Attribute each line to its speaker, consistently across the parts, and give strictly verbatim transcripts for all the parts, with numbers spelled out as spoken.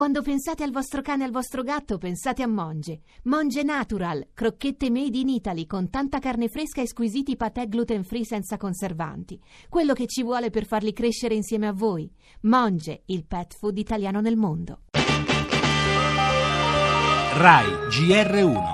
Speaker 1: Quando pensate al vostro cane e al vostro gatto, pensate a Monge. Monge Natural, crocchette made in Italy con tanta carne fresca e squisiti patè gluten free senza conservanti. Quello che ci vuole per farli crescere insieme a voi. Monge, il pet food italiano nel mondo.
Speaker 2: Rai G R uno.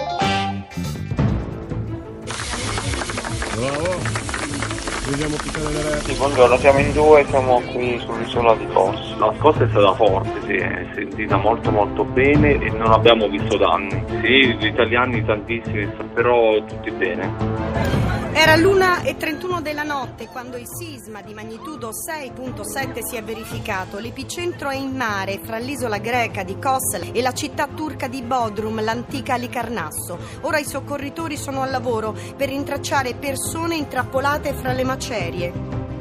Speaker 3: Bravo. Vediamo piccare le reti.
Speaker 4: Sì, buongiorno, siamo in due, siamo qui sull'isola di Kos. La scossa è stata forte, si è sentita molto molto bene e non abbiamo visto danni. Sì, gli italiani tantissimi, però tutti bene.
Speaker 5: Era l'una e trentuno della notte quando il sisma di magnitudo sei virgola sette si è verificato. L'epicentro è in mare fra l'isola greca di Kos e la città turca di Bodrum, l'antica Alicarnasso. Ora i soccorritori sono al lavoro per rintracciare persone intrappolate fra le macerie.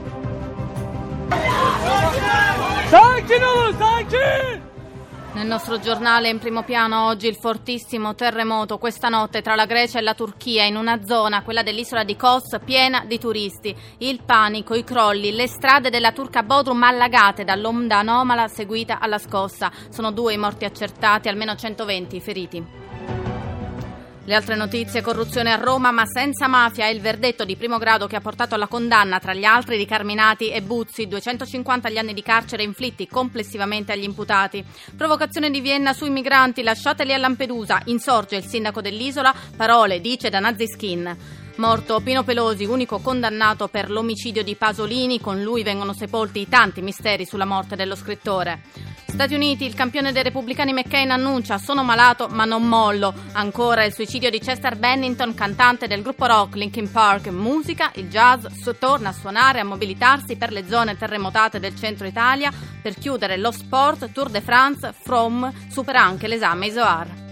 Speaker 6: Nel nostro giornale in primo piano oggi il fortissimo terremoto questa notte tra la Grecia e la Turchia in una zona, quella dell'isola di Kos, piena di turisti. Il panico, i crolli, le strade della turca Bodrum allagate dall'onda anomala seguita alla scossa. Sono due i morti accertati, almeno centoventi i feriti. Le altre notizie: corruzione a Roma ma senza mafia, è il verdetto di primo grado che ha portato alla condanna tra gli altri di Carminati e Buzzi, duecentocinquanta gli anni di carcere inflitti complessivamente agli imputati. Provocazione di Vienna sui migranti, lasciateli a Lampedusa, insorge il sindaco dell'isola, parole dice da Naziskin. Morto Pino Pelosi, unico condannato per l'omicidio di Pasolini, con lui vengono sepolti i tanti misteri sulla morte dello scrittore. Stati Uniti, il campione dei repubblicani McCain annuncia: sono malato ma non mollo. Ancora il suicidio di Chester Bennington, cantante del gruppo rock Linkin Park. Musica, il jazz torna a suonare e a mobilitarsi per le zone terremotate del centro Italia. Per chiudere lo sport, Tour de France, Froome supera anche l'esame I S O A R.